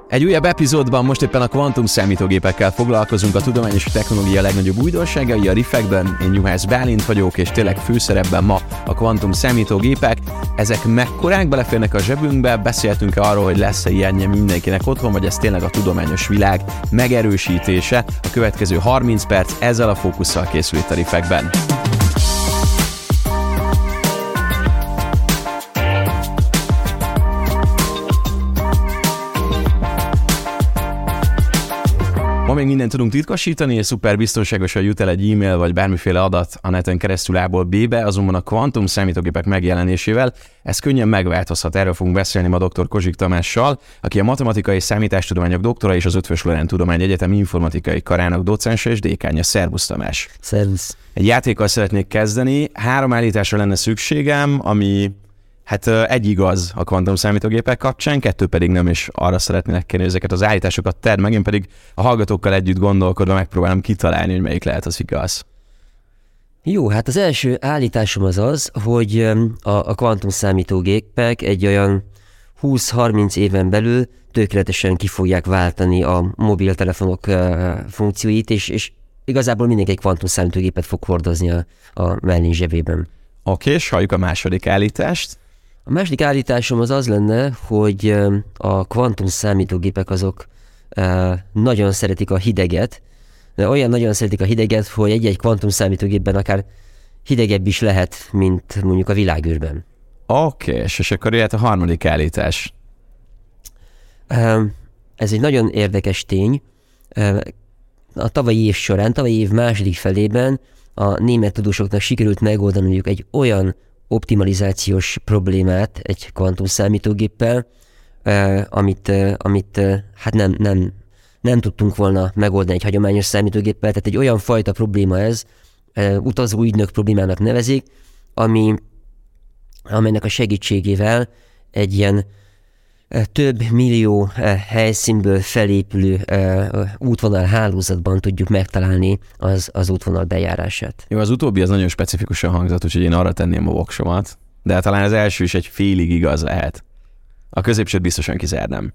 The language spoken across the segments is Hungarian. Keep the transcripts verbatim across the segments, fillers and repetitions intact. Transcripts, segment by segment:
Egy újabb epizódban most éppen a kvantum számítógépekkel foglalkozunk, a tudományos technológia legnagyobb újdonságai a riffekben. Én Juhász Bálint vagyok, és tényleg főszerepben ma a kvantum számítógépek. Ezek mekkorák beleférnek a zsebünkbe? Beszéltünk arról, hogy lesz-e ilyenje mindenkinek otthon, vagy ez tényleg a tudományos világ megerősítése? A következő harminc perc ezzel a fókusszal készül itt a riffekben. Ma még mindent tudunk titkosítani, és szuper biztonságosan jut el egy e-mail vagy bármiféle adat a neten keresztül A-ból B-be, azonban a kvantum számítógépek megjelenésével ez könnyen megváltozhat. Erről fogunk beszélni ma dr. Kozsik Tamással, aki a matematikai és számítástudományok doktora és az Eötvös Loránd Tudományegyetem informatikai karának docense és dékánja. Szervusz, Tamás! Szervusz! Egy játékkal szeretnék kezdeni. Három állításra lenne szükségem, ami hát egy igaz a kvantum számítógépek kapcsán, kettő pedig nem, és arra szeretnélek kérni, ezeket az állításokat tedd meg, én pedig a hallgatókkal együtt gondolkodva megpróbálom kitalálni, hogy melyik lehet az igaz. Jó, hát az első állításom az az, hogy a, a kvantum számítógépek egy olyan húsz-harminc éven belül tökéletesen ki fogják váltani a mobiltelefonok funkcióit, és, és igazából mindenki egy kvantum számítógépet fog hordozni a, a mellén zsebében. Oké, és halljuk a második állítást. A második állításom az az lenne, hogy a kvantum számítógépek azok nagyon szeretik a hideget, de olyan nagyon szeretik a hideget, hogy egy-egy kvantum számítógépben akár hidegebb is lehet, mint mondjuk a világűrben. Oké, és, és akkor jöhet a harmadik állítás. Ez egy nagyon érdekes tény. A tavalyi év során, tavalyi év második felében a német tudósoknak sikerült megoldaniuk egy olyan optimalizációs problémát egy kvantum számítógéppel, eh, amit, eh, amit eh, hát nem, nem, nem tudtunk volna megoldani egy hagyományos számítógéppel, tehát egy olyan fajta probléma ez, eh, utazó ügynök problémának nevezik, ami, amelynek a segítségével egy ilyen több millió helyszínből felépülő útvonal hálózatban tudjuk megtalálni az, az útvonal bejárását. Jó, az utóbbi az nagyon specifikusan hangzott, úgyhogy én arra tenném a voksomat, de talán az első is egy félig igaz lehet. A középsőt biztosan kizárnám.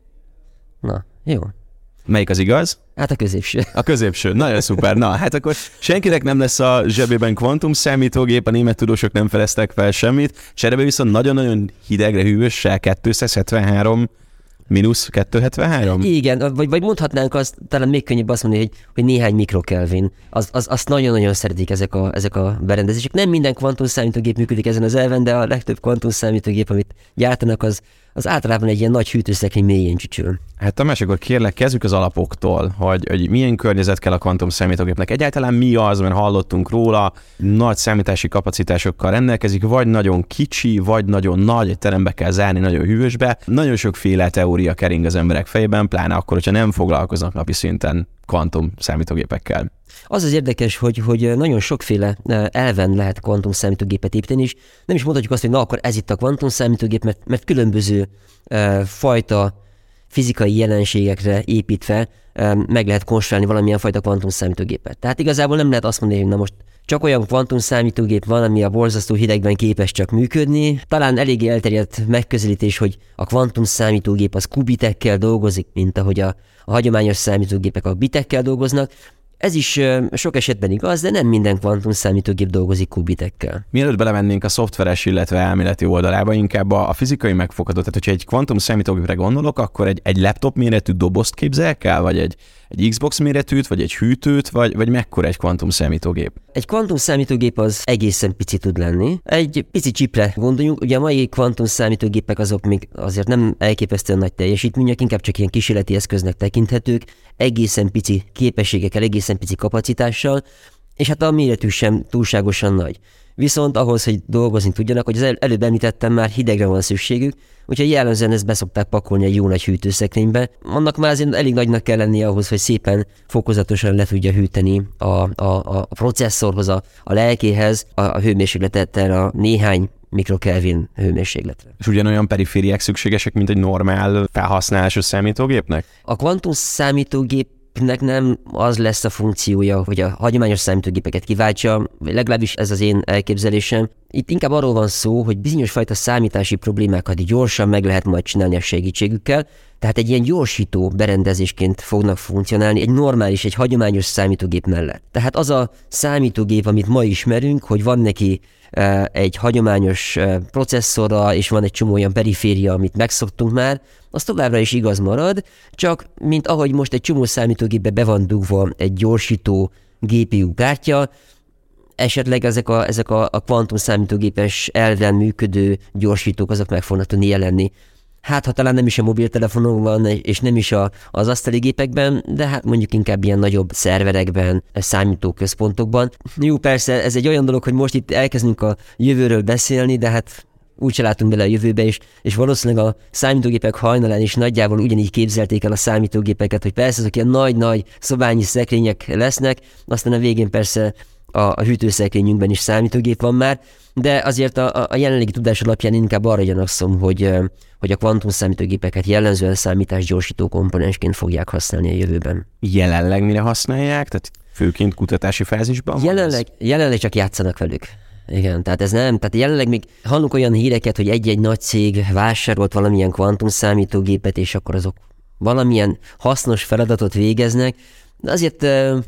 Na, jó. Melyik az igaz? Hát a középső. A középső, nagyon szuper. Na, hát akkor senkinek nem lesz a zsebében kvantum számítógép, a német tudósok nem feleztek fel semmit, cserébe viszont nagyon-nagyon hidegre hűvössel kétszázhetvenhárom mínusz kétszázhetvenhárom? Igen, vagy, vagy mondhatnánk azt, talán még könnyebb azt mondani, hogy, hogy néhány mikrokelvin. Az, az, azt nagyon-nagyon szeretik ezek a, ezek a berendezések. Nem minden kvantum számítógép működik ezen az elven, de a legtöbb kvantum számítógép, amit gyártanak, az, az általában egy ilyen nagy hűtőszekrény mélyén csücsül. Hát Tamás, akkor kérlek, kezdjük az alapoktól, hogy, hogy milyen környezet kell a kvantum számítógépnek. Egyáltalán mi az, mert hallottunk róla, nagy számítási kapacitásokkal rendelkezik, vagy nagyon kicsi, vagy nagyon nagy, egy terembe kell zárni, nagyon hűvösbe. Nagyon sokféle teória kering az emberek fejében, pláne akkor, hogyha nem foglalkoznak napi szinten kvantum számítógépekkel. Az az érdekes, hogy, hogy nagyon sokféle elven lehet kvantum számítógépet építeni, és nem is mondhatjuk azt, hogy na akkor ez itt a kvantum számítógép, mert, mert különböző uh, fajta fizikai jelenségekre építve uh, meg lehet konstruálni valamilyen fajta kvantum számítógépet. Tehát igazából nem lehet azt mondani, hogy na most csak olyan kvantum számítógép van, ami a borzasztó hidegben képes csak működni. Talán eléggé elterjedt megközelítés, hogy a kvantum számítógép az kubitekkel dolgozik, mint ahogy a, a hagyományos számítógépek a bitekkel dolgoznak. Ez is sok esetben igaz, de nem minden kvantum számítógép dolgozik kubitekkel. Mielőtt belemennénk a szoftveres, illetve elméleti oldalába, inkább a, a fizikai megfogható. Tehát, hogyha egy kvantum számítógépre gondolok, akkor egy, egy laptop méretű dobozt képzelek el, vagy egy, egy Xbox méretűt, vagy egy hűtőt, vagy, vagy mekkora egy kvantum számítógép? Egy kvantum számítógép az egészen pici tud lenni. Egy pici csipre gondoljunk, ugye a mai kvantum számítógépek azok még azért nem elképesztően nagy teljesítmények, inkább csak ilyen kísérleti eszköznek tekinthetők, egészen pici képességekkel, egészen pici kapacitással, és hát a méretű sem túlságosan nagy. Viszont ahhoz, hogy dolgozni tudjanak, hogy az el- előbb említettem, már hidegre van szükségük, úgyhogy jellemzően ezt beszokták pakolni egy jó nagy hűtőszekrénybe. Annak már azért elég nagynak kell lennie ahhoz, hogy szépen fokozatosan le tudja hűteni a, a, a processzorhoz, a, a lelkéhez a, a hőmérsékletet erre a néhány mikrokelvin hőmérsékletre. És ugyanolyan perifériák szükségesek, mint egy normál felhasználású számítógépnek? A kvantum számítógép nek nem az lesz a funkciója, hogy a hagyományos számítógépeket kiváltsa, vagy legalábbis ez az én elképzelésem. Itt inkább arról van szó, hogy bizonyos fajta számítási problémákat gyorsan meg lehet majd csinálni a segítségükkel, Tehát egy ilyen gyorsító berendezésként fognak funkcionálni egy normális, egy hagyományos számítógép mellett. Tehát az a számítógép, amit ma ismerünk, hogy van neki egy hagyományos processzora, és van egy csomó olyan periféria, amit megszoktunk már, az továbbra is igaz marad, csak mint ahogy most egy csomó számítógépbe be van dugva egy gyorsító gé pé u kártya, esetleg ezek a, ezek a, a kvantum számítógépes elven működő gyorsítók azok meg fognak tudni jelenni. Hát, ha talán nem is a mobiltelefonokban, és nem is a, az asztali gépekben, de hát mondjuk inkább ilyen nagyobb szerverekben, számítóközpontokban. Jó, persze, ez egy olyan dolog, hogy most itt elkezdünk a jövőről beszélni, de hát úgyse látunk bele a jövőbe is, és valószínűleg a számítógépek hajnalán is nagyjából ugyanígy képzelték el a számítógépeket, hogy persze azok ilyen nagy-nagy szobányi szekrények lesznek, aztán a végén persze a, a hűtőszekrényünkben is számítógép van már, de azért a, a jelenlegi tudás alapján inkább arra gyanakszom, hogy, hogy a kvantum számítógépeket jellemzően számításgyorsító komponensként fogják használni a jövőben. Jelenleg mire használják? Tehát főként kutatási fázisban? Jelenleg, jelenleg csak játszanak velük. Igen, tehát ez nem, tehát jelenleg még hallunk olyan híreket, hogy egy-egy nagy cég vásárolt valamilyen kvantum számítógépet, és akkor azok valamilyen hasznos feladatot végeznek, de azért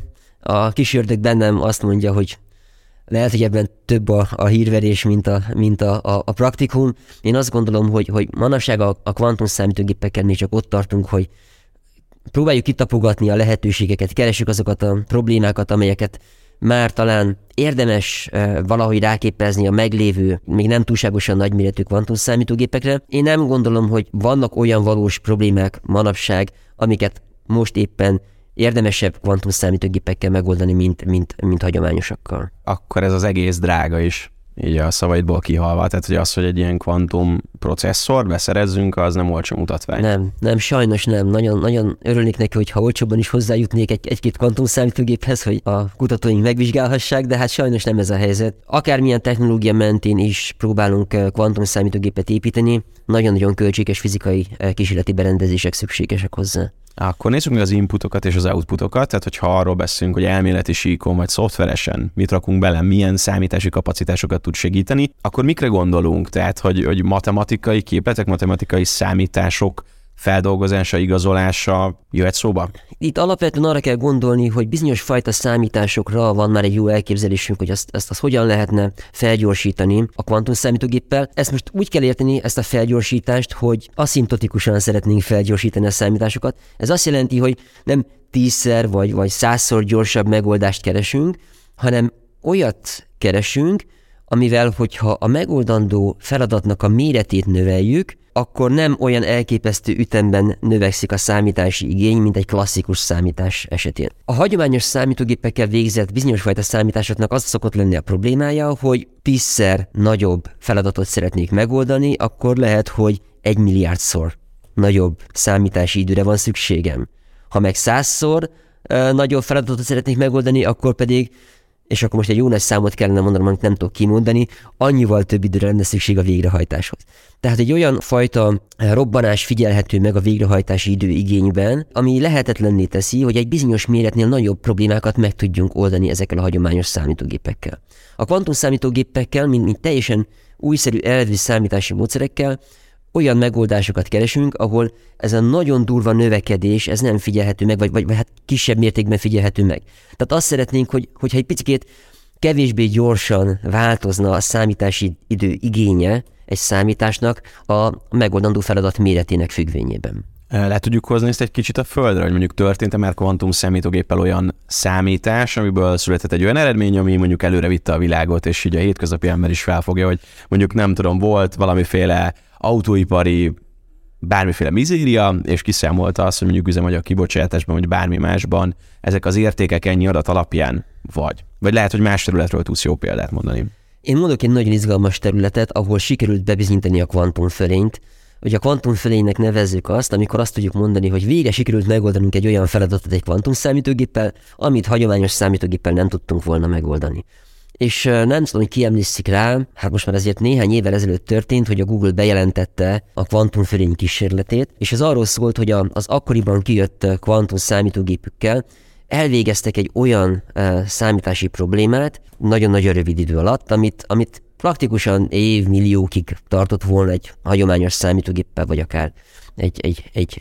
a kis ördög bennem azt mondja, hogy lehet, hogy ebben több a, a hírverés, mint a, mint a, a, a praktikum. Én azt gondolom, hogy, hogy manapság a, a kvantum számítógépekkel még csak ott tartunk, hogy próbáljuk kitapogatni a lehetőségeket, keresjük azokat a problémákat, amelyeket már talán érdemes uh, valahogy ráképezni a meglévő, még nem túlságosan nagyméretű kvantum számítógépekre. Én nem gondolom, hogy vannak olyan valós problémák manapság, amiket most éppen érdemesebb kvantum számítógépekkel megoldani, mint, mint, mint hagyományosakkal. Akkor ez az egész drága is, így a szavaidból kihalva. Tehát, hogy az, hogy egy ilyen kvantum processzort beszerezzünk, az nem olcsó mutatvány. Nem, nem, sajnos nem. Nagyon, nagyon örülnék neki, hogyha olcsóbban is hozzájutnék egy, egy-két kvantum számítógéphez, hogy a kutatóink megvizsgálhassák, de hát sajnos nem ez a helyzet. Akármilyen technológia mentén is próbálunk kvantum számítógépet építeni, nagyon-nagyon költséges fizikai kísérleti berendezések szükségesek hozzá. Akkor nézzük meg az inputokat és az outputokat, tehát hogyha arról beszélünk, hogy elméleti síkon vagy szoftveresen mit rakunk bele, milyen számítási kapacitásokat tud segíteni, akkor mikre gondolunk? Tehát, hogy, hogy matematikai képletek, matematikai számítások feldolgozása, igazolása jöhet szóba? Itt alapvetően arra kell gondolni, hogy bizonyos fajta számításokra van már egy jó elképzelésünk, hogy azt, ezt, azt hogyan lehetne felgyorsítani a kvantum számítógéppel. Ezt most úgy kell érteni, ezt a felgyorsítást, hogy aszimптotikusan szeretnénk felgyorsítani a számításokat. Ez azt jelenti, hogy nem tízszer vagy, vagy százszor gyorsabb megoldást keresünk, hanem olyat keresünk, amivel, hogyha a megoldandó feladatnak a méretét növeljük, akkor nem olyan elképesztő ütemben növekszik a számítási igény, mint egy klasszikus számítás esetén. A hagyományos számítógépekkel végzett bizonyos fajta számításoknak az szokott lenni a problémája, hogy tízszer nagyobb feladatot szeretnék megoldani, akkor lehet, hogy egy milliárdszor nagyobb számítási időre van szükségem. Ha meg százszor uh, nagyobb feladatot szeretnék megoldani, akkor pedig, és akkor most egy jó nagy számot kellene mondanom, amit nem tudok kimondani, annyival több időre lenne szükség a végrehajtáshoz. Tehát egy olyan fajta robbanás figyelhető meg a végrehajtási idő igényben, ami lehetetlenné teszi, hogy egy bizonyos méretnél nagyobb problémákat meg tudjunk oldani ezekkel a hagyományos számítógépekkel. A kvantum számítógépekkel, mint, mint teljesen újszerű elvű számítási módszerekkel olyan megoldásokat keresünk, ahol ez a nagyon durva növekedés, ez nem figyelhető meg, vagy, vagy, vagy hát kisebb mértékben figyelhető meg. Tehát azt szeretnénk, hogy, hogyha egy picit kevésbé gyorsan változna a számítási idő igénye egy számításnak a megoldandó feladat méretének függvényében. Le tudjuk hozni ezt egy kicsit a földre, hogy mondjuk történt-e már kvantum számítógéppel olyan számítás, amiből született egy olyan eredmény, ami mondjuk előre vitte a világot, és így a hétköznapi ember is felfogja, hogy mondjuk nem tudom, volt valamiféle autóipari bármiféle mizéria, és kiszámolta azt, hogy mondjuk üzemanyag kibocsátásban, vagy bármi másban ezek az értékek ennyi adat alapján vagy. Vagy lehet, hogy más területről tudsz jó példát mondani. Én mondok egy nagyon izgalmas területet, ahol sikerült bebizonyítani a kvantumfölényt, hogy a kvantumfölénynek nevezzük azt, amikor azt tudjuk mondani, hogy végre sikerült megoldanunk egy olyan feladatot egy kvantumszámítógéppel, amit hagyományos számítógéppel nem tudtunk volna megoldani. És nem tudom, hogy ki emlékszik rá, hát most már ezért néhány évvel ezelőtt történt, hogy a Google bejelentette a kvantumfölény kísérletét, és ez arról szólt, hogy az akkoriban kijött kvantum számítógépükkel elvégeztek egy olyan uh, számítási problémát nagyon-nagyon rövid idő alatt, amit, amit praktikusan évmilliókig tartott volna egy hagyományos számítógéppel, vagy akár egy, egy, egy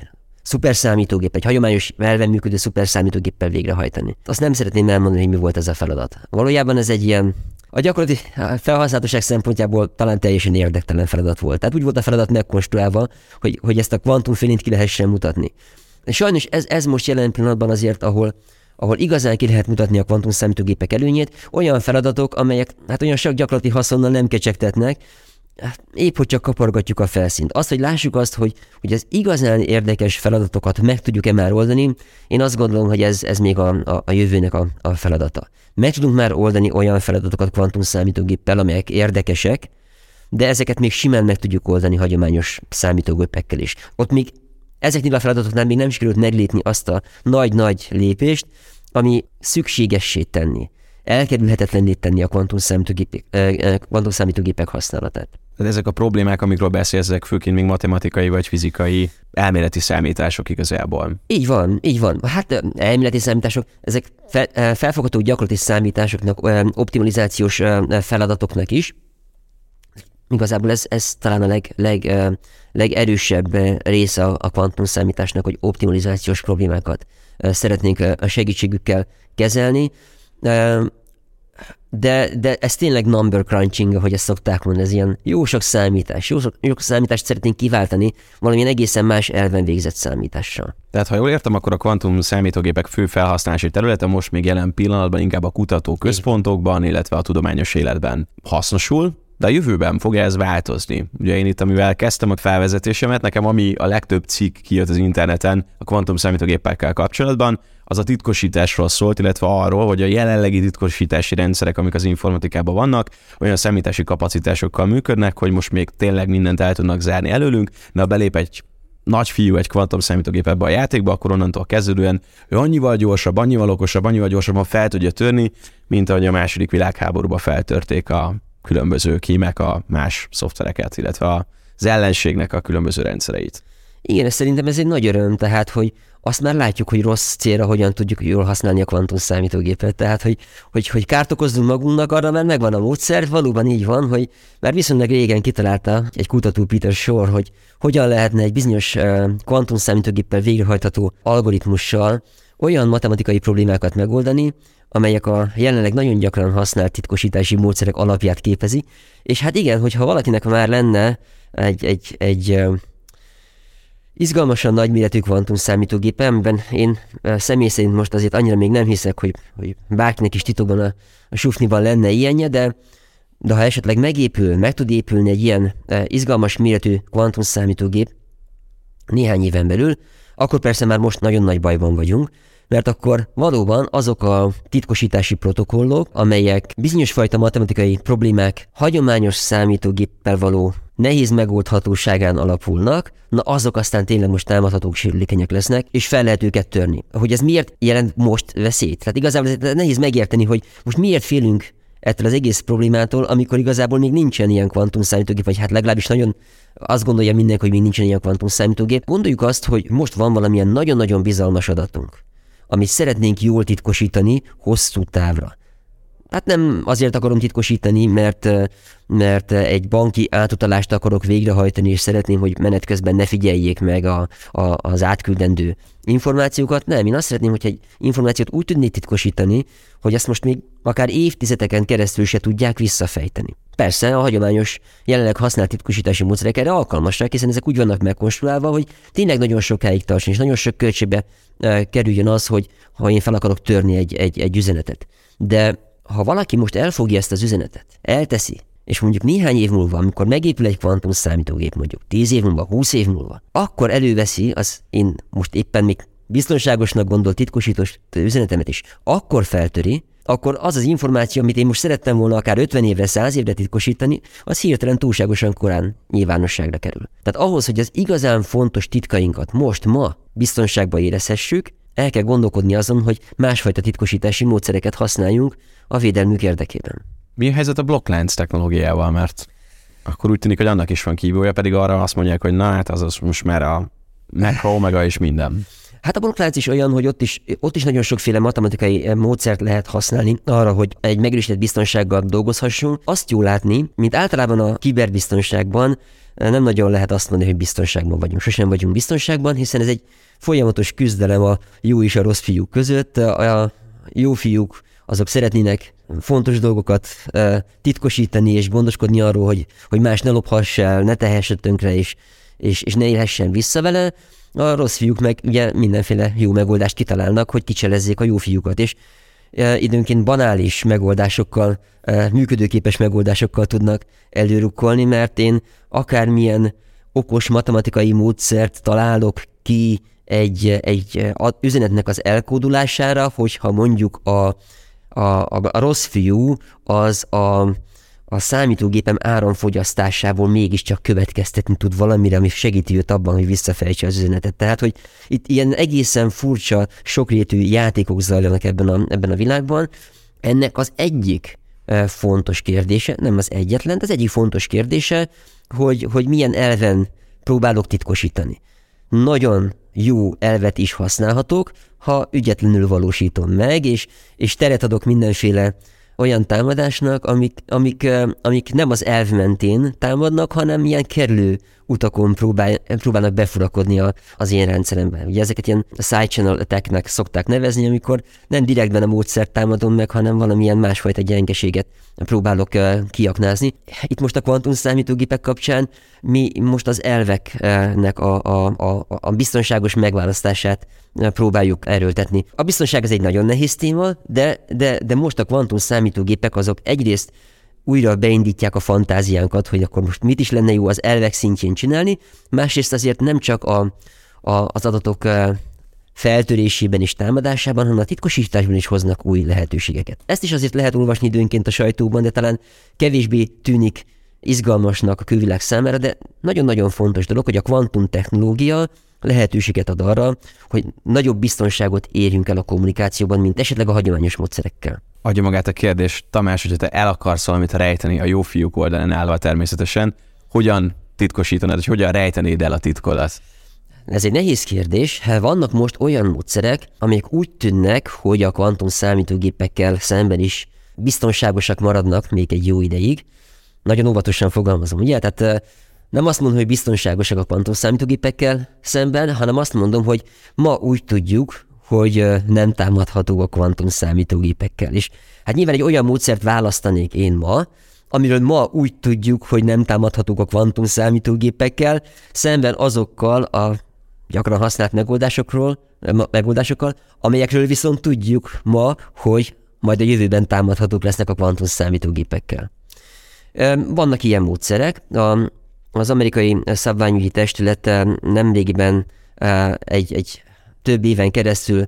szuperszámítógép, egy hagyományos elven működő szuperszámítógéppel végrehajtani. Azt nem szeretném elmondani, hogy mi volt ez a feladat. Valójában ez egy ilyen a gyakorlati felhasználhatóság szempontjából talán teljesen érdektelen feladat volt. Tehát úgy volt a feladat megkonstruálva, hogy, hogy ezt a kvantumfélényt ki lehessen mutatni. Sajnos ez, ez most jelen pillanatban azért, ahol, ahol igazán ki lehet mutatni a kvantumszámítógépek előnyét, olyan feladatok, amelyek hát olyan sok gyakorlati haszonnal nem kecsegtetnek, épp hogy csak kapargatjuk a felszínt. Az, hogy lássuk azt, hogy, hogy az igazán érdekes feladatokat meg tudjuk-e már oldani, én azt gondolom, hogy ez, ez még a, a, a jövőnek a, a feladata. Meg tudunk már oldani olyan feladatokat kvantumszámítógéppel, amelyek érdekesek, de ezeket még simán meg tudjuk oldani hagyományos számítógépekkel is. Ott még ezeknél a feladatoknál még nem sikerült meglépni azt a nagy-nagy lépést, ami szükségessé tenni, elkerülhetetlenné tenni a kvantumszámítógépek, kvantumszámítógépek használatát. Tehát ezek a problémák, amikről beszélsz, ezek főként még matematikai vagy fizikai elméleti számítások igazából. Így van, így van. Hát elméleti számítások, ezek fel, felfogható gyakorlati számításoknak, optimalizációs feladatoknak is. Igazából ez, ez talán a leg, leg, legerősebb része a kvantumszámításnak, hogy optimalizációs problémákat szeretnénk a segítségükkel kezelni. De, de ez tényleg number crunching, ahogy ezt szokták mondani, ez ilyen jó sok számítás, jó sok, jó sok számítást szeretnénk kiváltani valamilyen egészen más elven végzett számítással. Tehát ha jól értem, akkor a kvantum számítógépek fő felhasználási területe most még jelen pillanatban inkább a kutatóközpontokban, illetve a tudományos életben hasznosul, de a jövőben fog ez változni. Ugye én itt, amivel kezdtem a felvezetésemet, nekem ami a legtöbb cikk kijött az interneten a kvantum számítógépekkel kapcsolatban, az a titkosításról szólt, illetve arról, hogy a jelenlegi titkosítási rendszerek, amik az informatikában vannak, olyan számítási kapacitásokkal működnek, hogy most még tényleg mindent el tudnak zárni előlünk, de ha belép egy nagy fiú egy kvantum számítógép ebbe a játékba, akkor onnantól kezdődően ő annyival gyorsabb, annyival okosabb, annyival gyorsabban fel tudja törni, mint ahogy a második világháborúban feltörték a különböző kémek a más szoftvereket, illetve az ellenségnek a különböző rendszereit. Igen, ez szerintem ez egy nagy öröm, tehát, hogy azt már látjuk, hogy rossz célra hogyan tudjuk jól használni a kvantum számítógépet. Tehát, hogy, hogy, hogy kárt okozzunk magunknak, arra már megvan a módszer, valóban így van, hogy már viszonylag régen kitalálta egy kutató Peter Shor, hogy hogyan lehetne egy bizonyos kvantum számítógéppel végrehajtható algoritmussal olyan matematikai problémákat megoldani, amelyek a jelenleg nagyon gyakran használt titkosítási módszerek alapját képezi. És hát igen, hogyha valakinek már lenne egy, egy, egy izgalmasan nagyméretű kvantum számítógépe, amiben én személy szerint most azért annyira még nem hiszek, hogy, hogy bárkinek is titokban a, a sufniban lenne ilyenje, de, de ha esetleg megépül, meg tud épülni egy ilyen izgalmas méretű kvantum számítógép néhány éven belül, akkor persze már most nagyon nagy bajban vagyunk, mert akkor valóban azok a titkosítási protokollok, amelyek bizonyos fajta matematikai problémák hagyományos számítógéppel való nehéz megoldhatóságán alapulnak, na azok aztán tényleg most támadhatók, sérülékenyek lesznek, és fel lehet őket törni. Hogy ez miért jelent most veszélyt? Tehát igazából nehéz megérteni, hogy most miért félünk ettől az egész problémától, amikor igazából még nincsen ilyen kvantum számítógép, vagy hát legalábbis nagyon azt gondolja mindenki, hogy még nincsen ilyen kvantum számítógép. Gondoljuk azt, hogy most van valamilyen nagyon-nagyon bizalmas adatunk, amit szeretnénk jól titkosítani hosszú távra. Hát nem azért akarom titkosítani, mert, mert egy banki átutalást akarok végrehajtani, és szeretném, hogy menet közben ne figyeljék meg a, a, az átküldendő információkat. Nem, én azt szeretném, hogy egy információt úgy tudnék titkosítani, hogy azt most még akár évtizedeken keresztül se tudják visszafejteni. Persze a hagyományos, jelenleg használt titkosítási módszerek erre alkalmasak, hiszen ezek úgy vannak megkonstruálva, hogy tényleg nagyon sokáig tartson, és nagyon sok költségbe e, kerüljön az, hogy ha én fel akarok törni egy, egy, egy üzenetet. De ha valaki most elfogja ezt az üzenetet, elteszi, és mondjuk néhány év múlva, amikor megépül egy kvantum számítógép, mondjuk tíz év múlva, húsz év múlva, akkor előveszi, az én most éppen még biztonságosnak gondolt titkosítós üzenetemet is, akkor feltöri, akkor az az információ, amit én most szerettem volna akár ötven évre, száz évre titkosítani, az hirtelen túlságosan korán nyilvánosságra kerül. Tehát ahhoz, hogy az igazán fontos titkainkat most, ma biztonságban érezhessük, el kell gondolkodni azon, hogy másfajta titkosítási módszereket használjunk a védelmük érdekében. Mi a helyzet a blokklánc technológiával, mert akkor úgy tűnik, hogy annak is van kívülje, pedig arra azt mondják, hogy na hát az, az most már a Macro, Omega és minden. Hát a blokklánc is olyan, hogy ott is, ott is nagyon sokféle matematikai módszert lehet használni arra, hogy egy megerősített biztonsággal dolgozhassunk. Azt jól látni, mint általában a kiberbiztonságban nem nagyon lehet azt mondani, hogy biztonságban vagyunk. Sosem vagyunk biztonságban, hiszen ez egy folyamatos küzdelem a jó és a rossz fiúk között. A jó fiúk azok szeretnének fontos dolgokat titkosítani és gondoskodni arról, hogy, hogy más ne lophass el, ne tehesse tönkre és, és, és ne élhessen vissza vele. A rossz fiúk meg ugye mindenféle jó megoldást kitalálnak, hogy kicselezzék a jó fiúkat, és időnként banális megoldásokkal, működőképes megoldásokkal tudnak előrukkolni, mert én akármilyen okos matematikai módszert találok ki egy, egy üzenetnek az elkódolására, hogyha mondjuk a, a, a, a rossz fiú az a, a számítógépem áramfogyasztásából mégiscsak következtetni tud valamire, ami segíti őt abban, hogy visszafejtse az üzenetet. Tehát, hogy itt ilyen egészen furcsa, sokrétű játékok zajlanak ebben a, ebben a világban. Ennek az egyik fontos kérdése, nem az egyetlen, az egyik fontos kérdése, hogy, hogy milyen elven próbálok titkosítani. Nagyon jó elvet is használhatok, ha ügyetlenül valósítom meg, és, és teret adok mindenféle olyan támadásnak, amik, amik, amik nem az elv mentén támadnak, hanem ilyen kerülő utakon próbál, próbálnak befurakodni a, az én rendszeremben. Ugye ezeket ilyen side channel attack-nek szokták nevezni, amikor nem direktben a módszert támadom meg, hanem valamilyen másfajta gyengeséget próbálok kiaknázni. Itt most a kvantum számítógépek kapcsán mi most az elveknek a, a, a, a biztonságos megválasztását próbáljuk erőltetni. A biztonság ez egy nagyon nehéz téma, de, de, de most a kvantum számítógépek azok egyrészt újra beindítják a fantáziánkat, hogy akkor most mit is lenne jó az elvek szintjén csinálni, másrészt azért nem csak a, a, az adatok feltörésében és támadásában, hanem a titkosításban is hoznak új lehetőségeket. Ezt is azért lehet olvasni időnként a sajtóban, de talán kevésbé tűnik izgalmasnak a külvilág számára, de nagyon-nagyon fontos dolog, hogy a kvantum technológia lehetőséget ad arra, hogy nagyobb biztonságot érjünk el a kommunikációban, mint esetleg a hagyományos módszerekkel. Adja magát a kérdés, Tamás, hogyha te el akarsz valamit rejteni a jó fiúk oldalán állva természetesen, hogyan titkosítanád, és hogyan rejtenéd el a titkolat? Ez egy nehéz kérdés. Vannak most olyan módszerek, amelyek úgy tűnnek, hogy a kvantum számítógépekkel szemben is biztonságosak maradnak még egy jó ideig. Nagyon óvatosan fogalmazom, ugye? Tehát nem azt mondom, hogy biztonságosak a kvantum számítógépekkel szemben, hanem azt mondom, hogy ma úgy tudjuk, hogy nem támadható a kvantum számítógépekkel. És hát nyilván egy olyan módszert választanék én ma, amiről ma úgy tudjuk, hogy nem támadhatók a kvantum számítógépekkel, szemben azokkal a gyakran használt megoldásokról, megoldásokkal, amelyekről viszont tudjuk ma, hogy majd a jövőben támadhatók lesznek a kvantum számítógépekkel. Vannak ilyen módszerek. Az amerikai szabványügyi testület nemrégiben egy, egy több éven keresztül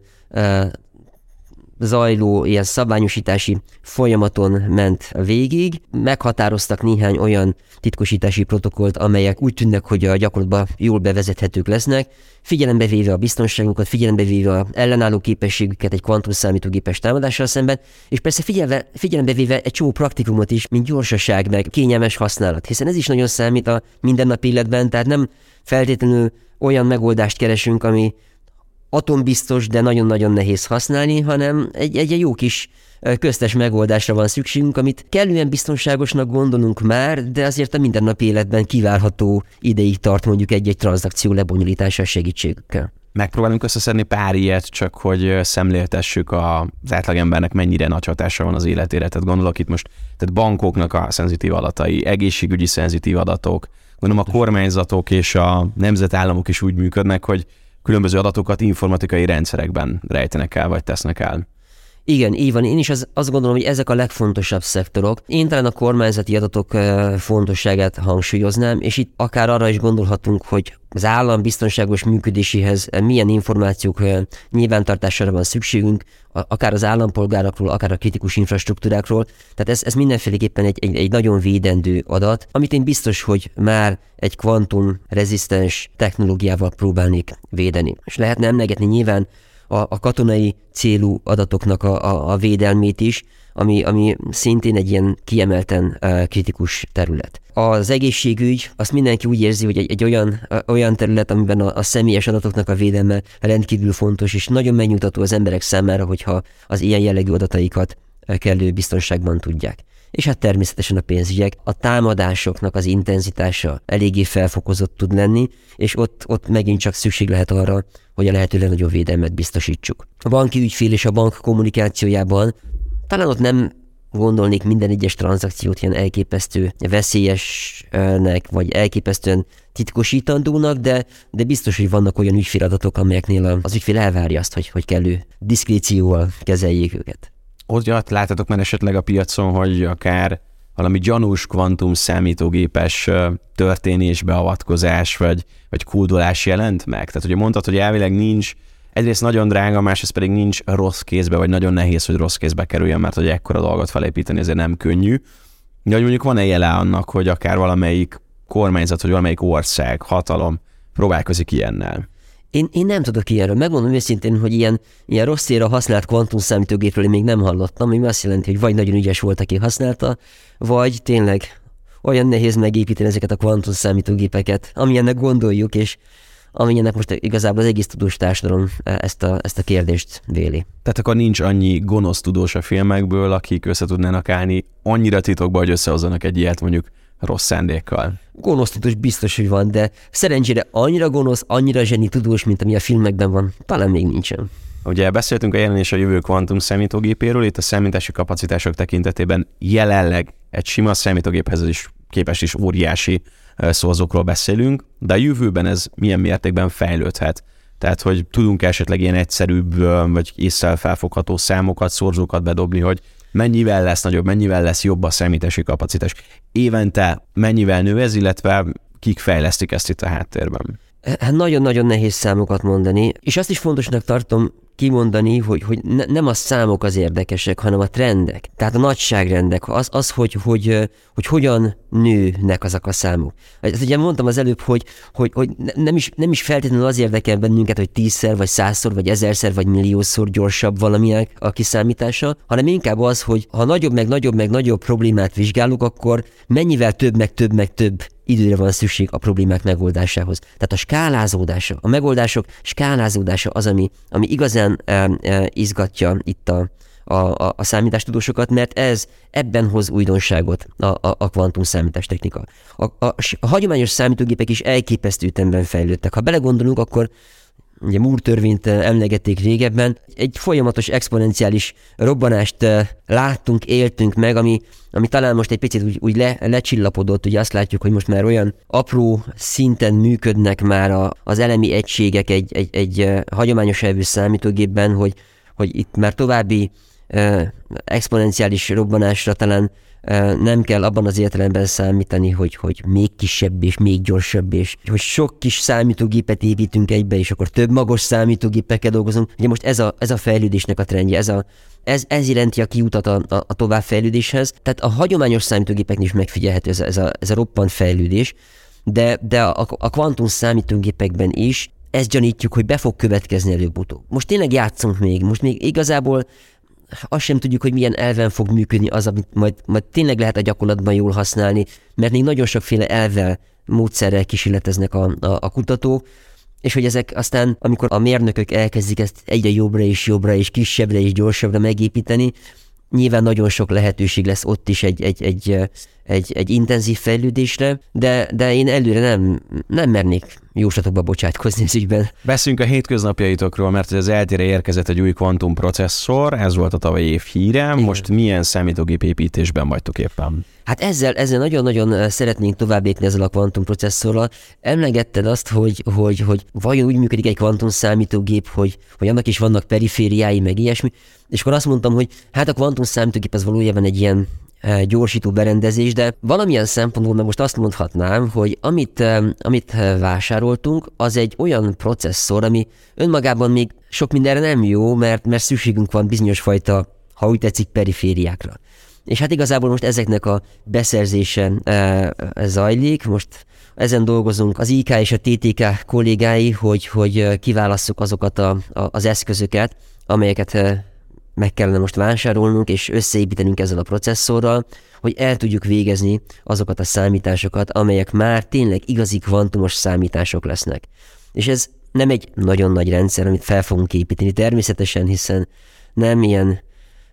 zajló ilyen szabványosítási folyamaton ment végig. Meghatároztak néhány olyan titkosítási protokollt, amelyek úgy tűnnek, hogy a gyakorlatban jól bevezethetők lesznek, figyelembe véve a biztonságukat, figyelembe véve a ellenálló képességüket egy kvantum számítógépes támadással szemben, és persze figyelve, figyelembe véve egy csomó praktikumot is, mint gyorsaság, meg kényelmes használat, hiszen ez is nagyon számít a mindennapi életben, tehát nem feltétlenül olyan megoldást keresünk, ami atombiztos, de nagyon-nagyon nehéz használni, hanem egy, egy jó kis köztes megoldásra van szükségünk, amit kellően biztonságosnak gondolunk már, de azért a mindennapi életben kivárható ideig tart mondjuk egy-egy tranzakció lebonyolítása segítségükkel. Megpróbálunk összeszedni pár ilyet, csak hogy szemléltessük az átlagembernek mennyire nagy hatása van az életére. Tehát gondolok itt most tehát bankoknak a szenzitív adatai, egészségügyi szenzitív adatok, gondolom a kormányzatok és a nemzetállamok is úgy működnek, hogy különböző adatokat informatikai rendszerekben rejtenek el, vagy tesznek el. Igen, így van. Én is az, azt gondolom, hogy ezek a legfontosabb szektorok. Én talán a kormányzati adatok fontosságát hangsúlyoznám, és itt akár arra is gondolhatunk, hogy az állam biztonságos működéséhez milyen információk nyilvántartására van szükségünk, akár az állampolgárokról, akár a kritikus infrastruktúrákról. Tehát ez, ez mindenféleképpen egy, egy, egy nagyon védendő adat, amit én biztos, hogy már egy kvantum rezisztens technológiával próbálnék védeni. És lehetne emlegetni nyilván a, a katonai célú adatoknak a, a, a védelmét is, ami, ami szintén egy ilyen kiemelten uh, kritikus terület. Az egészségügy, azt mindenki úgy érzi, hogy egy, egy olyan, uh, olyan terület, amiben a, a személyes adatoknak a védelme rendkívül fontos, és nagyon megnyugtató az emberek számára, hogyha az ilyen jellegű adataikat uh, kellő biztonságban tudják. és hát természetesen a pénzügyek. A támadásoknak az intenzitása eléggé felfokozott tud lenni, és ott, ott megint csak szükség lehet arra, hogy a lehető legnagyobb védelmet biztosítsuk. A banki ügyfél és a bank kommunikációjában talán ott nem gondolnék minden egyes tranzakciót ilyen elképesztő veszélyesnek, vagy elképesztően titkosítandónak, de, de biztos, hogy vannak olyan ügyféladatok, amelyeknél az ügyfél elvárja azt, hogy, hogy kellő diszkrécióval kezeljék őket. Ott láttatok már esetleg a piacon, hogy akár valami gyanús kvantum számítógépes történés, beavatkozás, vagy, vagy kódolás jelent meg? Tehát ugye mondtad, hogy elvileg nincs, egyrészt nagyon drága, másrészt pedig nincs rossz kézbe, vagy nagyon nehéz, hogy rossz kézbe kerüljön, mert hogy ekkora dolgot felépíteni ezért nem könnyű. De hogy mondjuk van-e jele annak, hogy akár valamelyik kormányzat, vagy valamelyik ország, hatalom próbálkozik ilyennel? Én, én nem tudok ilyenről. Megmondom őszintén, hogy ilyen, ilyen rossz célra használt kvantum számítógépről én még nem hallottam, ami azt jelenti, hogy vagy nagyon ügyes volt, aki használta, vagy tényleg olyan nehéz megépíteni ezeket a kvantum számítógépeket, amilyennek gondoljuk, és amilyennek most igazából az egész tudós társadalom ezt a, ezt a kérdést véli. Tehát akkor nincs annyi gonosz tudós a filmekből, akik össze tudnának állni annyira titokba, hogy összehozzanak egy ilyet mondjuk rossz szándékkal. Gonosz tudós biztos, hogy van, de szerencsére annyira gonosz, annyira zseni tudós, mint ami a filmekben van, talán még nincsen. Ugye beszéltünk a jelen és a jövő kvantum számítógépéről, itt a számítási kapacitások tekintetében jelenleg egy sima számítógéphez is képest is óriási szorzókról beszélünk, de a jövőben ez milyen mértékben fejlődhet? Tehát, hogy tudunk esetleg ilyen egyszerűbb vagy észre felfogható számokat, szorzókat bedobni, hogy mennyivel lesz nagyobb, mennyivel lesz jobb a számítási kapacitás. Évente mennyivel nő ez, illetve kik fejlesztik ezt itt a háttérben? Hát nagyon-nagyon nehéz számokat mondani, és azt is fontosnak tartom kimondani, hogy, hogy ne, nem a számok az érdekesek, hanem a trendek. Tehát a nagyságrendek, az, az hogy, hogy, hogy hogyan nőnek azok a számok. Ezt ugye mondtam az előbb, hogy, hogy, hogy nem, is, nem is feltétlenül az érdekel bennünket, hogy tízszer, vagy százszor, vagy ezerszer, vagy milliószor gyorsabb valamilyen a kiszámítása, hanem inkább az, hogy ha nagyobb, meg nagyobb, meg nagyobb problémát vizsgálunk, akkor mennyivel több, meg több, meg több időre van szükség a problémák megoldásához. Tehát a skálázódása, a megoldások skálázódása az, ami, ami igazán e, e, izgatja itt a, a, a, a számítástudósokat, mert ez ebben hoz újdonságot a, a, a kvantum számítástechnika. A, a, a hagyományos számítógépek is elképesztő ütemben fejlődtek. Ha belegondolunk, akkor ugye Moore törvényt emlegették régebben, egy folyamatos exponenciális robbanást láttunk, éltünk meg, ami, ami talán most egy picit úgy, úgy le, lecsillapodott, ugye azt látjuk, hogy most már olyan apró szinten működnek már a, az elemi egységek egy, egy, egy hagyományos elvű számítógépben, hogy, hogy itt már további eh, exponenciális robbanásra talán nem kell abban az értelemben számítani, hogy, hogy még kisebb és még gyorsabb, és hogy sok kis számítógépet építünk egybe, és akkor több magos számítógépekkel dolgozunk. Ugye most ez a, ez a fejlődésnek a trendje, ez, a, ez, ez jelenti a kiutat a, a, a továbbfejlődéshez. Tehát a hagyományos számítógépeknél is megfigyelhető ez a, ez a, ez a roppant fejlődés, de, de a, a kvantum számítógépekben is ezt gyanítjuk, hogy be fog következni előbb-utóbb. Most tényleg játszunk még, most még igazából azt sem tudjuk, hogy milyen elven fog működni az, amit majd, majd tényleg lehet a gyakorlatban jól használni, mert még nagyon sokféle elvvel, módszerrel kísérleteznek a, a, a kutatók, és hogy ezek aztán, amikor a mérnökök elkezdik ezt egyre jobbra és jobbra és kisebbre és gyorsabbra megépíteni, nyilván nagyon sok lehetőség lesz ott is egy, egy, egy, egy, egy intenzív fejlődésre, de, de én előre nem, nem mernék jóslatokba bocsátkozni az ügyben. Beszéljünk a hétköznapjaitokról, mert az é el té-re érkezett egy új kvantum processzor, ez volt a tavalyi év híre. Igen. Most milyen számítógép építésben vagytok éppen? Hát ezzel, ezzel nagyon-nagyon szeretnénk tovább lépni ezzel a kvantum processzorral. Emlegetted azt, hogy, hogy, hogy vajon úgy működik egy kvantum számítógép, hogy, hogy annak is vannak perifériái, meg ilyesmi, és akkor azt mondtam, hogy hát a kvantum számítógép az valójában egy ilyen gyorsító berendezés, de valamilyen szempontból meg most azt mondhatnám, hogy amit, amit vásároltunk, az egy olyan processzor, ami önmagában még sok mindenre nem jó, mert, mert szükségünk van bizonyos fajta, ha úgy tetszik, perifériákra. És hát igazából most ezeknek a beszerzése e, zajlik, most ezen dolgozunk az i ká és a té té ká kollégái, hogy, hogy kiválasszuk azokat a, a, az eszközöket, amelyeket meg kellene most vásárolnunk, és összeépítenünk ezzel a processzorral, hogy el tudjuk végezni azokat a számításokat, amelyek már tényleg igazi kvantumos számítások lesznek. És ez nem egy nagyon nagy rendszer, amit fel fogunk építeni természetesen, hiszen nem ilyen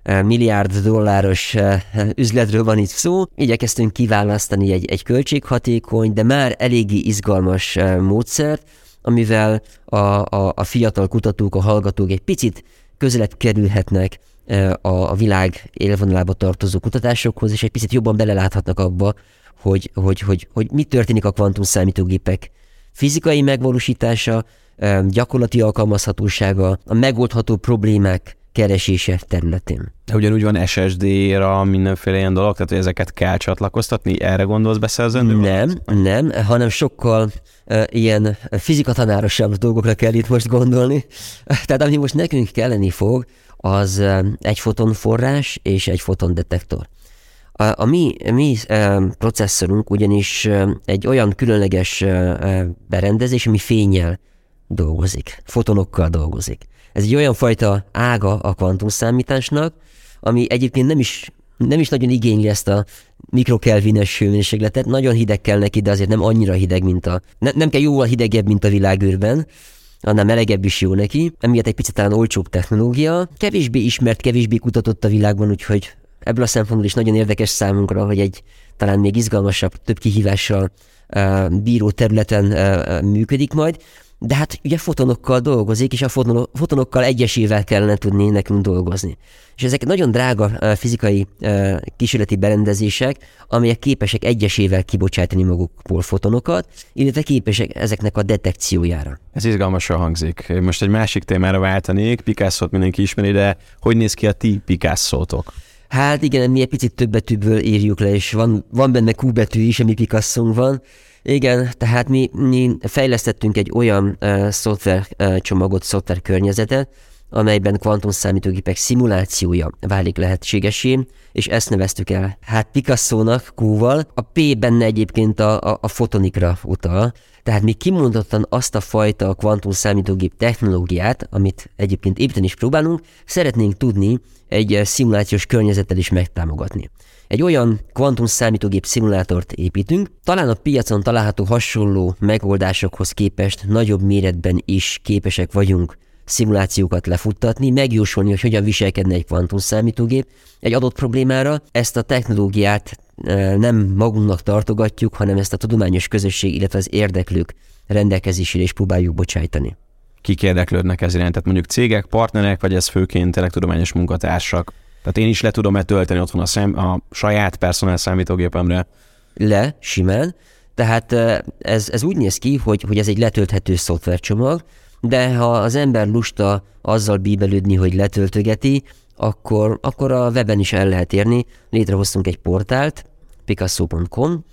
milliárd dolláros üzletről van itt szó. Igyekeztünk kiválasztani egy, egy költséghatékony, de már eléggé izgalmas módszert, amivel a, a, a fiatal kutatók, a hallgatók egy picit közelebb kerülhetnek a, a világ élvonalába tartozó kutatásokhoz, és egy picit jobban beleláthatnak abba, hogy, hogy, hogy, hogy mi történik a kvantum számítógépek fizikai megvalósítása, gyakorlati alkalmazhatósága, a megoldható problémák keresése területén. De ugyanúgy van es es dé-ra mindenféle ilyen dolog, tehát hogy ezeket kell csatlakoztatni, erre gondolsz beszerzendő? Nem, nem, hanem sokkal uh, ilyen fizikatanárosabb dolgokra kell itt most gondolni. Tehát ami most nekünk kelleni fog, az uh, egy fotonforrás és egy fotondetektor. A, a mi, mi uh, processzorunk ugyanis uh, egy olyan különleges uh, berendezés, ami fénnyel dolgozik, fotonokkal dolgozik. Ez egy olyan fajta ága a kvantumszámításnak, ami egyébként nem is, nem is nagyon igényli ezt a mikrokelvines hőmérsékletet. Nagyon hideg kell neki, de azért nem annyira hideg, mint a... Ne, nem kell jóval hidegebb, mint a világűrben, annál melegebb is jó neki. Emiatt egy picit talán olcsóbb technológia. Kevésbé ismert, kevésbé kutatott a világban, úgyhogy ebből a szempontból is nagyon érdekes számunkra, hogy egy talán még izgalmasabb, több kihívással uh, bíró területen uh, működik majd. De hát ugye fotonokkal dolgozik, és a fotonokkal egyesével kellene tudni nekünk dolgozni. És ezek nagyon drága fizikai kísérleti berendezések, amelyek képesek egyesével kibocsátani magukból fotonokat, illetve képesek ezeknek a detekciójára. Ez izgalmasan hangzik. Most egy másik témára váltanék, Picasso-t mindenki ismeri, de hogy néz ki a ti Picasso-tok? Hát igen, mi egy picit több betűből írjuk le, és van, van benne Q betű is, ami Picasso-n van. Igen, tehát mi, mi fejlesztettünk egy olyan uh, szoftver uh, csomagot, szoftver környezetet, amelyben kvantumszámítógépek szimulációja válik lehetségesé, és ezt neveztük el hát Picasso-nak Q-val. A P benne egyébként a, a, a fotonikra utal, tehát mi kimondottan azt a fajta kvantumszámítógép technológiát, amit egyébként építeni is próbálunk, szeretnénk tudni egy uh, szimulációs környezettel is megtámogatni. Egy olyan kvantumszámítógép szimulátort építünk, talán a piacon található hasonló megoldásokhoz képest nagyobb méretben is képesek vagyunk szimulációkat lefuttatni, megjósolni, hogy hogyan viselkedne egy kvantumszámítógép egy adott problémára. Ezt a technológiát nem magunknak tartogatjuk, hanem ezt a tudományos közösség, illetve az érdeklők rendelkezésére is próbáljuk bocsájtani. Kik érdeklődnek ez iránt? Tehát mondjuk cégek, partnerek, vagy ez főként tényleg tudományos munkatársak? Tehát én is le tudom-e tölteni otthon a, szem, a saját personál számítógépemre? Le, simán. Tehát ez, ez úgy néz ki, hogy, hogy ez egy letölthető szoftvercsomag, de ha az ember lusta azzal bíbelődni, hogy letöltögeti, akkor, akkor a weben is el lehet érni. Létrehoztunk egy portált, picasso pont com,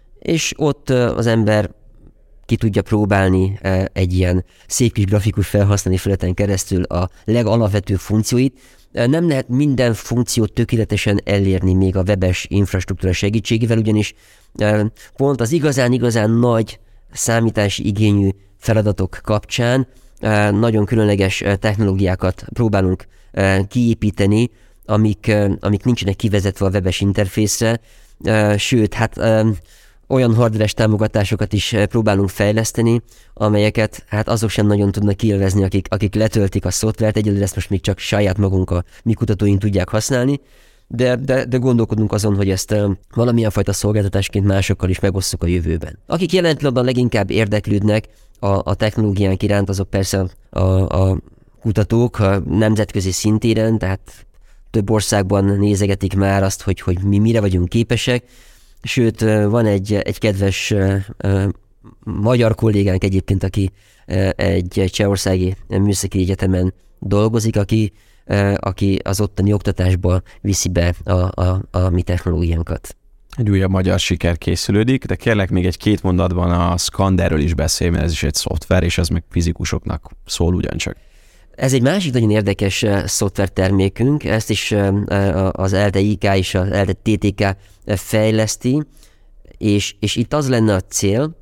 és ott az ember ki tudja próbálni egy ilyen szép kis grafikus felhasználói felületen keresztül a legalapvetőbb funkcióit. Nem lehet minden funkciót tökéletesen elérni még a webes infrastruktúra segítségével, ugyanis pont az igazán-igazán nagy számítási igényű feladatok kapcsán nagyon különleges technológiákat próbálunk kiépíteni, amik, amik nincsenek kivezetve a webes interfészre, sőt, hát olyan hardveres támogatásokat is próbálunk fejleszteni, amelyeket hát azok sem nagyon tudnak élvezni, akik, akik letöltik a szoftvert, egyelőre ezt most még csak saját magunk, a mi kutatóink tudják használni, de, de, de gondolkodunk azon, hogy ezt valamilyen fajta szolgáltatásként másokkal is megosszuk a jövőben. Akik jelen pillanatban leginkább érdeklődnek a, a technológiánk iránt, azok persze a, a kutatók a nemzetközi szintéren, tehát több országban nézegetik már azt, hogy, hogy mi mire vagyunk képesek. Sőt, van egy, egy kedves uh, uh, magyar kollégánk egyébként, aki uh, egy csehországi műszaki egyetemen dolgozik, aki, uh, aki az ottani oktatásba viszi be a, a, a mi technológiánkat. Egy újabb magyar siker készülődik, de kérlek még egy-két mondatban a Skanderről is beszélj, mert ez is egy szoftver, és ez meg fizikusoknak szól ugyancsak. Ez egy másik nagyon érdekes uh, szoftvertermékünk, ezt is uh, az ELTE I K és az ELTE T T K fejleszti, és, és itt az lenne a cél,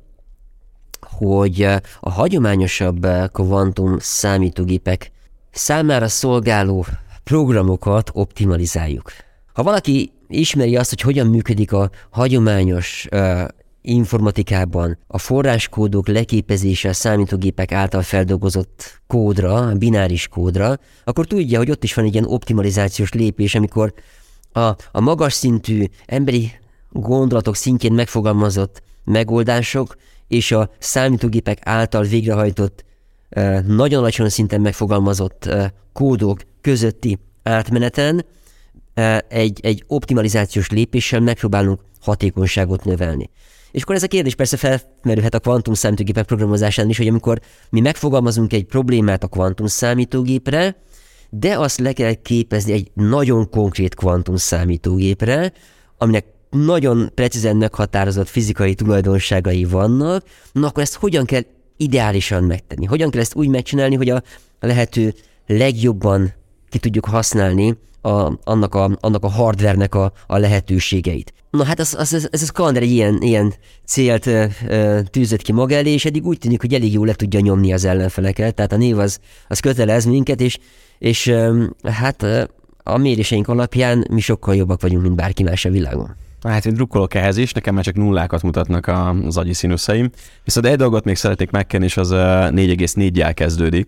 hogy uh, a hagyományosabb uh, kvantum számítógépek számára szolgáló programokat optimalizáljuk. Ha valaki ismeri azt, hogy hogyan működik a hagyományos uh, informatikában a forráskódok leképezése a számítógépek által feldolgozott kódra, a bináris kódra, akkor tudja, hogy ott is van egy ilyen optimalizációs lépés, amikor a, a magas szintű emberi gondolatok szintjén megfogalmazott megoldások és a számítógépek által végrehajtott, nagyon alacsony szinten megfogalmazott kódok közötti átmeneten egy, egy optimalizációs lépéssel megpróbálunk hatékonyságot növelni. És akkor ez a kérdés persze felmerülhet a kvantum számítógépek programozásán is, hogy amikor mi megfogalmazunk egy problémát a kvantum számítógépre, de azt le kell képezni egy nagyon konkrét kvantum számítógépre, aminek nagyon precízen meghatározott fizikai tulajdonságai vannak, na akkor ezt hogyan kell ideálisan megtenni? Hogyan kell ezt úgy megcsinálni, hogy a lehető legjobban ki tudjuk használni a, annak, a, annak a hardvernek a, a lehetőségeit? Na hát az, az, az, ez a Skander egy ilyen, ilyen célt ö, ö, tűzött ki maga elé, és eddig úgy tűnik, hogy elég jól le tudja nyomni az ellenfeleket, tehát a név az, az kötelez minket, és, és ö, hát ö, a méréseink alapján mi sokkal jobbak vagyunk, mint bárki más a világon. Hát én drukkolok ehhez is, nekem már csak nullákat mutatnak az agyi színuszaim. Viszont egy dolgot még szeretnék megkenni, és az négy egész négyjel kezdődik.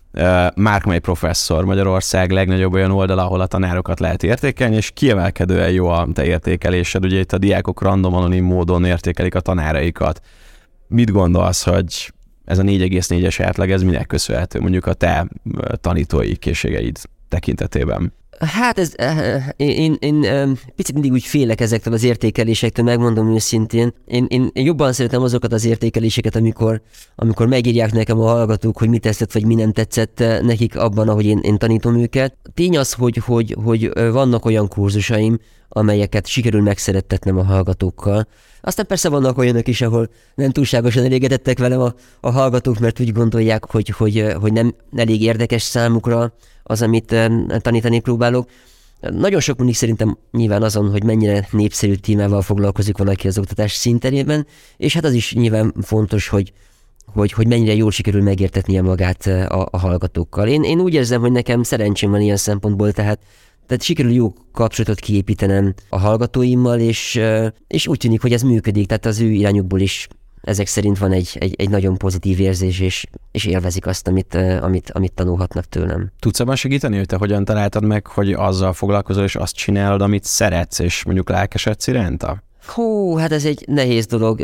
Márkmai professzor, Magyarország legnagyobb olyan oldal, ahol a tanárokat lehet értékelni, és kiemelkedően jó a te értékelésed. Ugye itt a diákok random anonim módon értékelik a tanáraikat. Mit gondolsz, hogy ez a négy egész négyes átlag, ez minek köszönhető, mondjuk a te tanítói készségeid tekintetében? Hát ez, én, én, én picit mindig úgy félek ezektől az értékelésektől, megmondom őszintén. Én, én jobban szeretem azokat az értékeléseket, amikor, amikor megírják nekem a hallgatók, hogy mi tetszett, vagy mi nem tetszett nekik abban, ahogy én, én tanítom őket. Tény az, hogy, hogy, hogy vannak olyan kurzusaim, amelyeket sikerül megszerettetnem a hallgatókkal. Aztán persze vannak olyanok is, ahol nem túlságosan elégedettek velem a, a hallgatók, mert úgy gondolják, hogy, hogy, hogy nem elég érdekes számukra az, amit tanítani próbálok. Nagyon sok múlik szerintem nyilván azon, hogy mennyire népszerű témával foglalkozik valaki az oktatás színterében, és hát az is nyilván fontos, hogy, hogy, hogy mennyire jól sikerül megértetnie magát a, a hallgatókkal. Én, én úgy érzem, hogy nekem szerencsém van ilyen szempontból, tehát Tehát sikerül jó kapcsolatot kiépítenem a hallgatóimmal, és, és úgy tűnik, hogy ez működik, tehát az ő irányukból is ezek szerint van egy, egy, egy nagyon pozitív érzés, és, és élvezik azt, amit, amit, amit tanulhatnak tőlem. Tudsz abban segíteni, hogy te hogyan találtad meg, hogy azzal foglalkozol, és azt csinálod, amit szeretsz, és mondjuk lelkesedsz iránta? Hú, hát ez egy nehéz dolog.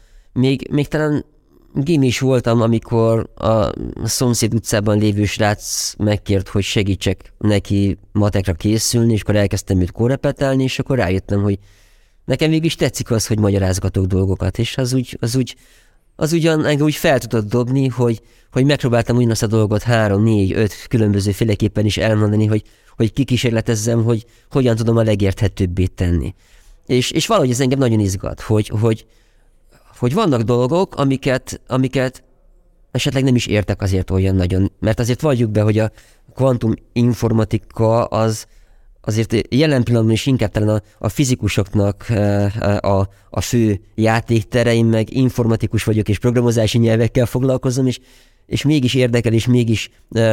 Még, még talán gimis voltam, amikor a szomszéd utcában lévő srác megkért, hogy segítsek neki matekra készülni, és akkor elkezdtem őt korrepetálni, és akkor rájöttem, hogy nekem végig is tetszik az, hogy magyarázgatok dolgokat, és az úgy, az úgy, az ugyan engem úgy fel tudott dobni, hogy, hogy megpróbáltam ugyanazt a dolgot három, négy, öt különböző féleképpen is elmondani, hogy, hogy kikísérletezzem, hogy hogyan tudom a legérthetőbbé tenni. És, és valahogy ez engem nagyon izgat, hogy, hogy hogy vannak dolgok, amiket, amiket esetleg nem is értek azért olyan nagyon, mert azért valljuk be, hogy a kvantum informatika az azért jelen pillanatban is inkább talán a, a fizikusoknak a, a fő játéktere, én meg informatikus vagyok, és programozási nyelvekkel foglalkozom, és, és mégis érdekel, és mégis,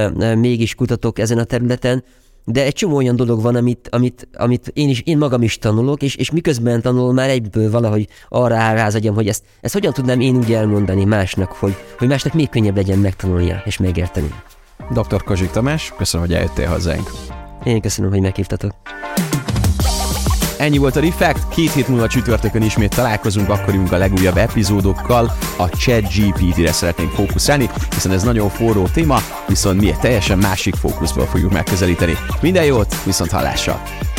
mégis kutatok ezen a területen, de egy csomó olyan dolog van, amit, amit, amit én, is, én magam is tanulok, és, és miközben tanulom, már egyből valahogy arra áll rá az agyam, hogy ezt, ezt hogyan tudnám én úgy elmondani másnak, hogy, hogy másnak még könnyebb legyen megtanulnia és megérteni. doktor Kozsik Tamás, köszönöm, hogy eljöttél hozzánk. Én köszönöm, hogy meghívtatok. Ennyi volt a Refekt, két hét múlva csütörtökön ismét találkozunk, akkor jövünk a legújabb epizódokkal, a ChatGPT-re szeretnénk fókuszálni, hiszen ez nagyon forró téma, viszont mi egy teljesen másik fókuszból fogjuk megközelíteni. Minden jót, viszont hallásra!